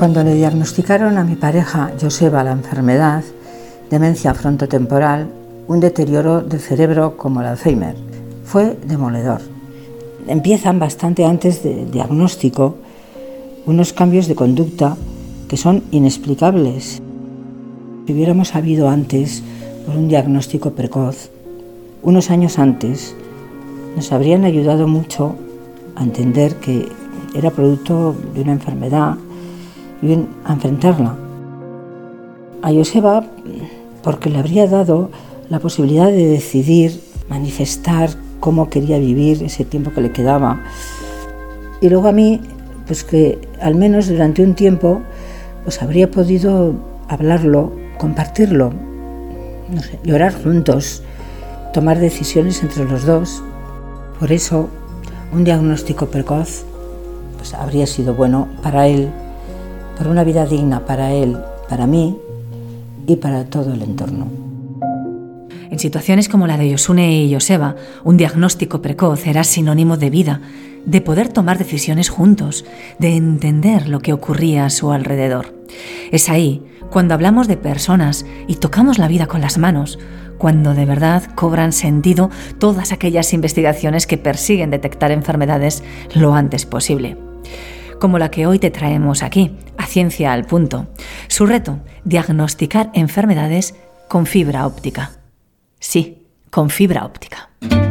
Cuando le diagnosticaron a mi pareja Joseba la enfermedad, demencia frontotemporal, un deterioro del cerebro como el Alzheimer, fue demoledor. Empiezan bastante antes del diagnóstico unos cambios de conducta que son inexplicables. Si hubiéramos sabido antes por un diagnóstico precoz, unos años antes, nos habrían ayudado mucho a entender que era producto de una enfermedad y a enfrentarla. A Joseba, porque le habría dado la posibilidad de decidir, manifestar cómo quería vivir ese tiempo que le quedaba. Y luego a mí, pues que al menos durante un tiempo, pues habría podido hablarlo, compartirlo, no sé, llorar juntos, tomar decisiones entre los dos. Por eso, un diagnóstico precoz pues habría sido bueno para él, por una vida digna para él, para mí y para todo el entorno. En situaciones como la de Josune y Joseba, un diagnóstico precoz era sinónimo de vida, de poder tomar decisiones juntos, de entender lo que ocurría a su alrededor. Es ahí cuando hablamos de personas y tocamos la vida con las manos, cuando de verdad cobran sentido todas aquellas investigaciones que persiguen detectar enfermedades lo antes posible. Como la que hoy te traemos aquí, a Ciencia al Punto. Su reto, diagnosticar enfermedades con fibra óptica. Sí, con fibra óptica.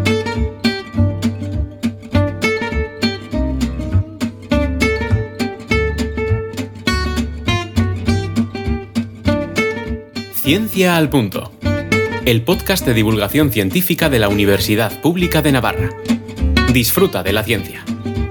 Ciencia al Punto, el podcast de divulgación científica de la Universidad Pública de Navarra. Disfruta de la ciencia.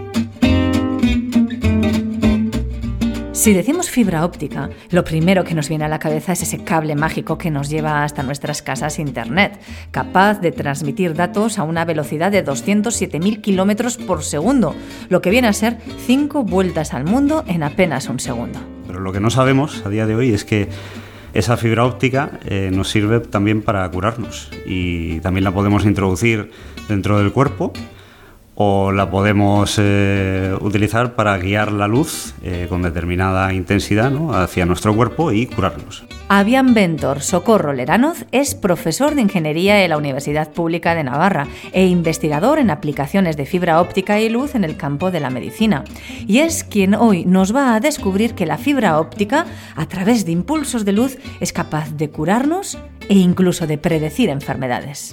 Si decimos fibra óptica, lo primero que nos viene a la cabeza es ese cable mágico que nos lleva hasta nuestras casas Internet, capaz de transmitir datos a una velocidad de 207.000 kilómetros por segundo, lo que viene a ser 5 vueltas al mundo en apenas un segundo. Pero lo que no sabemos a día de hoy es que esa fibra óptica nos sirve también para curarnos y también la podemos introducir dentro del cuerpo o la podemos utilizar para guiar la luz con determinada intensidad, ¿no?, hacia nuestro cuerpo y curarnos. Avian Ventor Socorro Leranoz es profesor de Ingeniería en la Universidad Pública de Navarra e investigador en aplicaciones de fibra óptica y luz en el campo de la medicina. Y es quien hoy nos va a descubrir que la fibra óptica, a través de impulsos de luz, es capaz de curarnos e incluso de predecir enfermedades.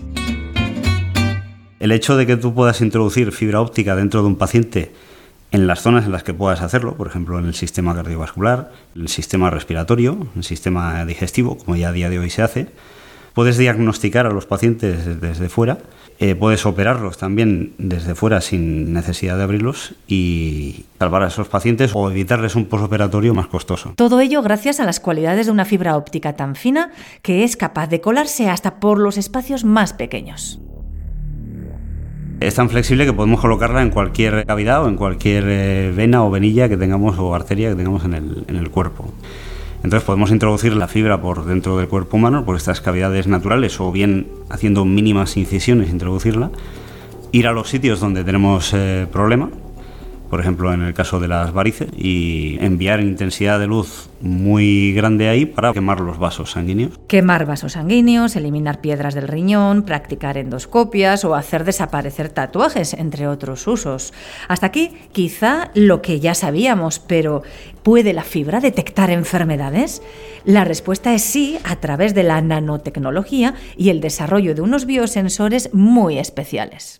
El hecho de que tú puedas introducir fibra óptica dentro de un paciente en las zonas en las que puedas hacerlo, por ejemplo en el sistema cardiovascular, en el sistema respiratorio, en el sistema digestivo, como ya a día de hoy se hace, puedes diagnosticar a los pacientes desde fuera, puedes operarlos también desde fuera sin necesidad de abrirlos y salvar a esos pacientes o evitarles un posoperatorio más costoso. Todo ello gracias a las cualidades de una fibra óptica tan fina que es capaz de colarse hasta por los espacios más pequeños. Es tan flexible que podemos colocarla en cualquier cavidad o en cualquier vena o venilla que tengamos o arteria que tengamos en el cuerpo. Entonces podemos introducir la fibra por dentro del cuerpo humano, por estas cavidades naturales, o bien haciendo mínimas incisiones, introducirla, ir a los sitios donde tenemos problema, por ejemplo en el caso de las varices, y enviar intensidad de luz muy grande ahí para quemar los vasos sanguíneos. Quemar vasos sanguíneos, eliminar piedras del riñón, practicar endoscopias o hacer desaparecer tatuajes, entre otros usos. Hasta aquí quizá lo que ya sabíamos, pero ¿puede la fibra detectar enfermedades? La respuesta es sí, a través de la nanotecnología y el desarrollo de unos biosensores muy especiales.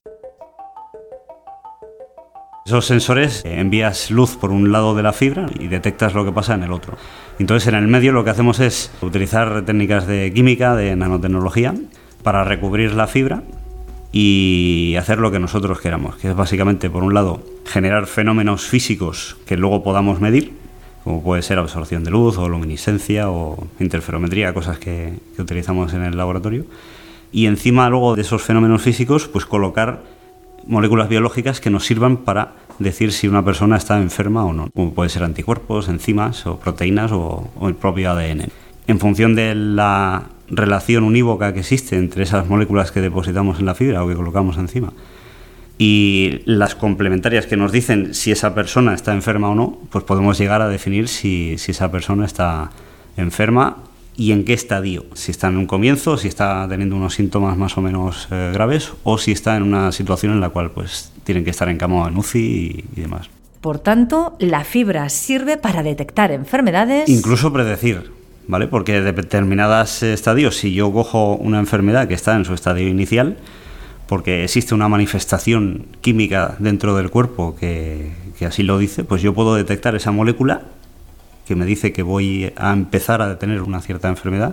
Esos sensores envías luz por un lado de la fibra y detectas lo que pasa en el otro. Entonces en el medio lo que hacemos es utilizar técnicas de química, de nanotecnología, para recubrir la fibra y hacer lo que nosotros queramos, que es básicamente, por un lado, generar fenómenos físicos que luego podamos medir, como puede ser absorción de luz o luminiscencia o interferometría, cosas que utilizamos en el laboratorio, y encima luego de esos fenómenos físicos pues colocar moléculas biológicas que nos sirvan para decir si una persona está enferma o no, como puede ser anticuerpos, enzimas o proteínas o el propio ADN. En función de la relación unívoca que existe entre esas moléculas que depositamos en la fibra o que colocamos encima Y las complementarias que nos dicen si esa persona está enferma o no, pues podemos llegar a definir si esa persona está enferma y en qué estadio. Si está en un comienzo, si está teniendo unos síntomas más o menos graves, o si está en una situación en la cual pues tienen que estar en cama o en UCI y demás. Por tanto, la fibra sirve para detectar enfermedades... Incluso predecir, ¿vale? Porque de determinados estadios, si yo cojo una enfermedad que está en su estadio inicial, porque existe una manifestación química dentro del cuerpo que así lo dice, pues yo puedo detectar esa molécula que me dice que voy a empezar a tener una cierta enfermedad,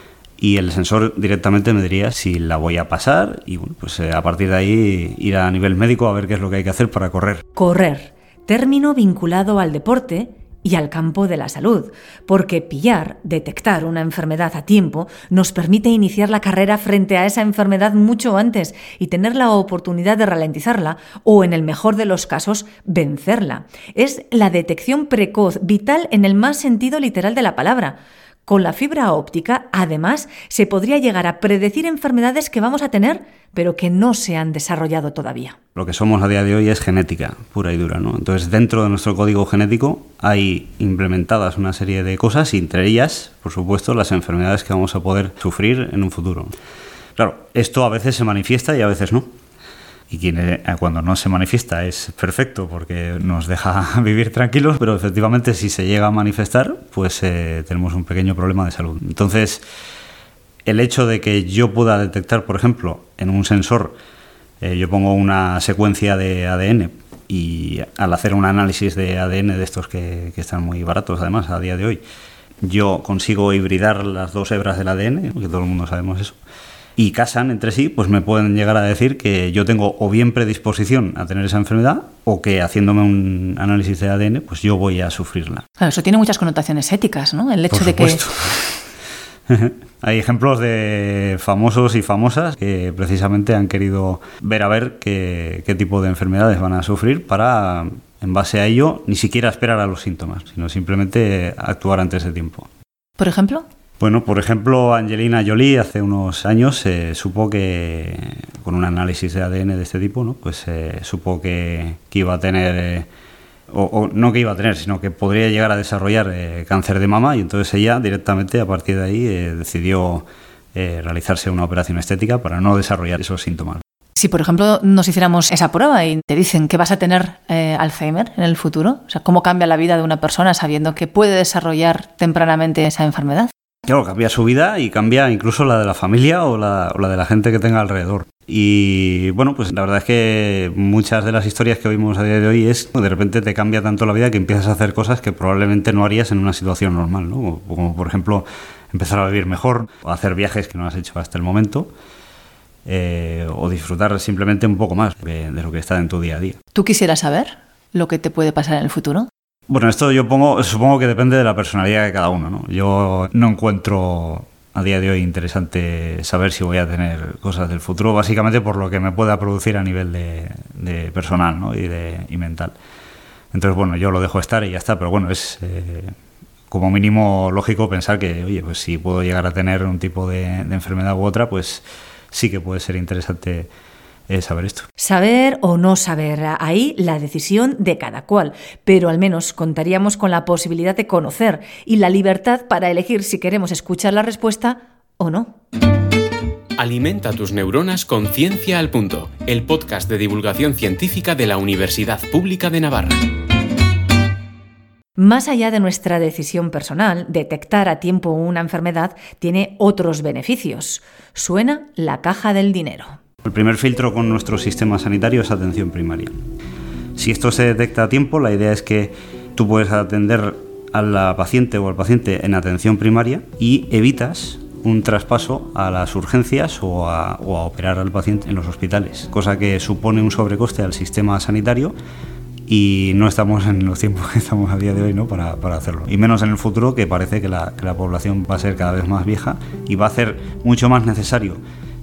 y el sensor directamente me diría si la voy a pasar y bueno, pues a partir de ahí ir a nivel médico a ver qué es lo que hay que hacer para correr. Correr, término vinculado al deporte y al campo de la salud, porque detectar una enfermedad a tiempo nos permite iniciar la carrera frente a esa enfermedad mucho antes y tener la oportunidad de ralentizarla o, en el mejor de los casos, vencerla. Es la detección precoz, vital en el más sentido literal de la palabra. Con la fibra óptica, además, se podría llegar a predecir enfermedades que vamos a tener, pero que no se han desarrollado todavía. Lo que somos a día de hoy es genética pura y dura, ¿no? Entonces, dentro de nuestro código genético hay implementadas una serie de cosas, y entre ellas, por supuesto, las enfermedades que vamos a poder sufrir en un futuro. Claro, esto a veces se manifiesta y a veces no. Y cuando no se manifiesta es perfecto porque nos deja vivir tranquilos, pero efectivamente si se llega a manifestar, pues tenemos un pequeño problema de salud. Entonces, el hecho de que yo pueda detectar, por ejemplo, en un sensor, yo pongo una secuencia de ADN, y al hacer un análisis de ADN de estos que están muy baratos además a día de hoy, yo consigo hibridar las dos hebras del ADN, que todo el mundo sabemos eso, y casan entre sí, pues me pueden llegar a decir que yo tengo o bien predisposición a tener esa enfermedad, o que haciéndome un análisis de ADN, pues yo voy a sufrirla. Claro, eso tiene muchas connotaciones éticas, ¿no? El hecho Por de supuesto. que... Hay ejemplos de famosos y famosas que precisamente han querido ver qué tipo de enfermedades van a sufrir para, en base a ello, ni siquiera esperar a los síntomas, sino simplemente actuar antes de tiempo. ¿Por ejemplo? Bueno, por ejemplo, Angelina Jolie hace unos años supo que, con un análisis de ADN de este tipo, ¿no? Pues supo que iba a tener, o no que iba a tener, sino que podría llegar a desarrollar cáncer de mama, y entonces ella directamente a partir de ahí decidió realizarse una operación estética para no desarrollar esos síntomas. Si, por ejemplo, nos hiciéramos esa prueba y te dicen que vas a tener Alzheimer en el futuro, o sea, ¿cómo cambia la vida de una persona sabiendo que puede desarrollar tempranamente esa enfermedad? Claro, cambia su vida y cambia incluso la de la familia o la de la gente que tenga alrededor. Y bueno, pues la verdad es que muchas de las historias que oímos a día de hoy es de repente te cambia tanto la vida que empiezas a hacer cosas que probablemente no harías en una situación normal, ¿no? Como por ejemplo empezar a vivir mejor, o hacer viajes que no has hecho hasta el momento, o disfrutar simplemente un poco más de lo que está en tu día a día. ¿Tú quisieras saber lo que te puede pasar en el futuro? Bueno, esto supongo que depende de la personalidad de cada uno, ¿no? Yo no encuentro a día de hoy interesante saber si voy a tener cosas del futuro, básicamente por lo que me pueda producir a nivel de personal, ¿no? y mental. Entonces, bueno, yo lo dejo estar y ya está, pero bueno, es como mínimo lógico pensar que, oye, pues si puedo llegar a tener un tipo de enfermedad u otra, pues sí que puede ser interesante saber esto. Saber o no saber, ahí la decisión de cada cual, pero al menos contaríamos con la posibilidad de conocer y la libertad para elegir si queremos escuchar la respuesta o no. Alimenta tus neuronas con Ciencia al Punto, el podcast de divulgación científica de la Universidad Pública de Navarra. Más allá de nuestra decisión personal, detectar a tiempo una enfermedad tiene otros beneficios. Suena la caja del dinero. El primer filtro con nuestro sistema sanitario es atención primaria. Si esto se detecta a tiempo, la idea es que tú puedes atender a la paciente o al paciente en atención primaria y evitas un traspaso a las urgencias o a operar al paciente en los hospitales, cosa que supone un sobrecoste al sistema sanitario y no estamos en los tiempos que estamos a día de hoy, ¿no? para hacerlo. Y menos en el futuro, que parece que la población va a ser cada vez más vieja y va a hacer mucho más necesario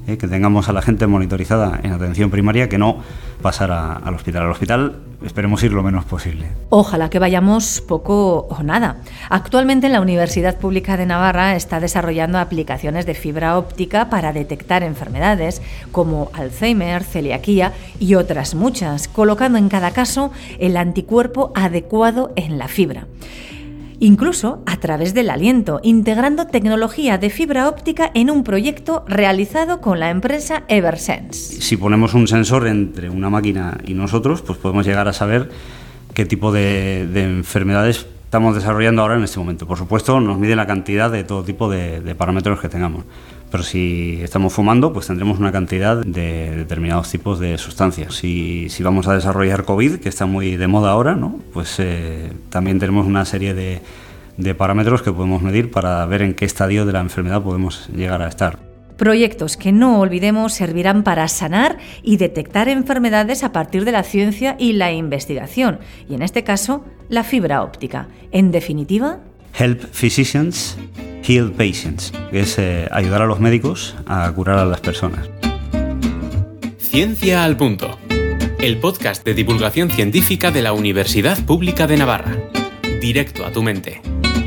que tengamos a la gente monitorizada en atención primaria, que no pasar al hospital. Al hospital esperemos ir lo menos posible. Ojalá que vayamos poco o nada. Actualmente en la Universidad Pública de Navarra está desarrollando aplicaciones de fibra óptica para detectar enfermedades como Alzheimer, celiaquía y otras muchas, colocando en cada caso el anticuerpo adecuado en la fibra. Incluso a través del aliento, integrando tecnología de fibra óptica en un proyecto realizado con la empresa Eversense. Si ponemos un sensor entre una máquina y nosotros, pues podemos llegar a saber qué tipo de enfermedades estamos desarrollando ahora en este momento. Por supuesto, nos mide la cantidad de todo tipo de parámetros que tengamos. Pero si estamos fumando, pues tendremos una cantidad de determinados tipos de sustancias. Si vamos a desarrollar COVID, que está muy de moda ahora, ¿no? Pues también tenemos una serie de parámetros que podemos medir para ver en qué estadio de la enfermedad podemos llegar a estar. Proyectos que, no olvidemos, servirán para sanar y detectar enfermedades a partir de la ciencia y la investigación, y en este caso, la fibra óptica. En definitiva, Help physicians, heal patients, que es ayudar a los médicos a curar a las personas. Ciencia al Punto, el podcast de divulgación científica de la Universidad Pública de Navarra. Directo a tu mente.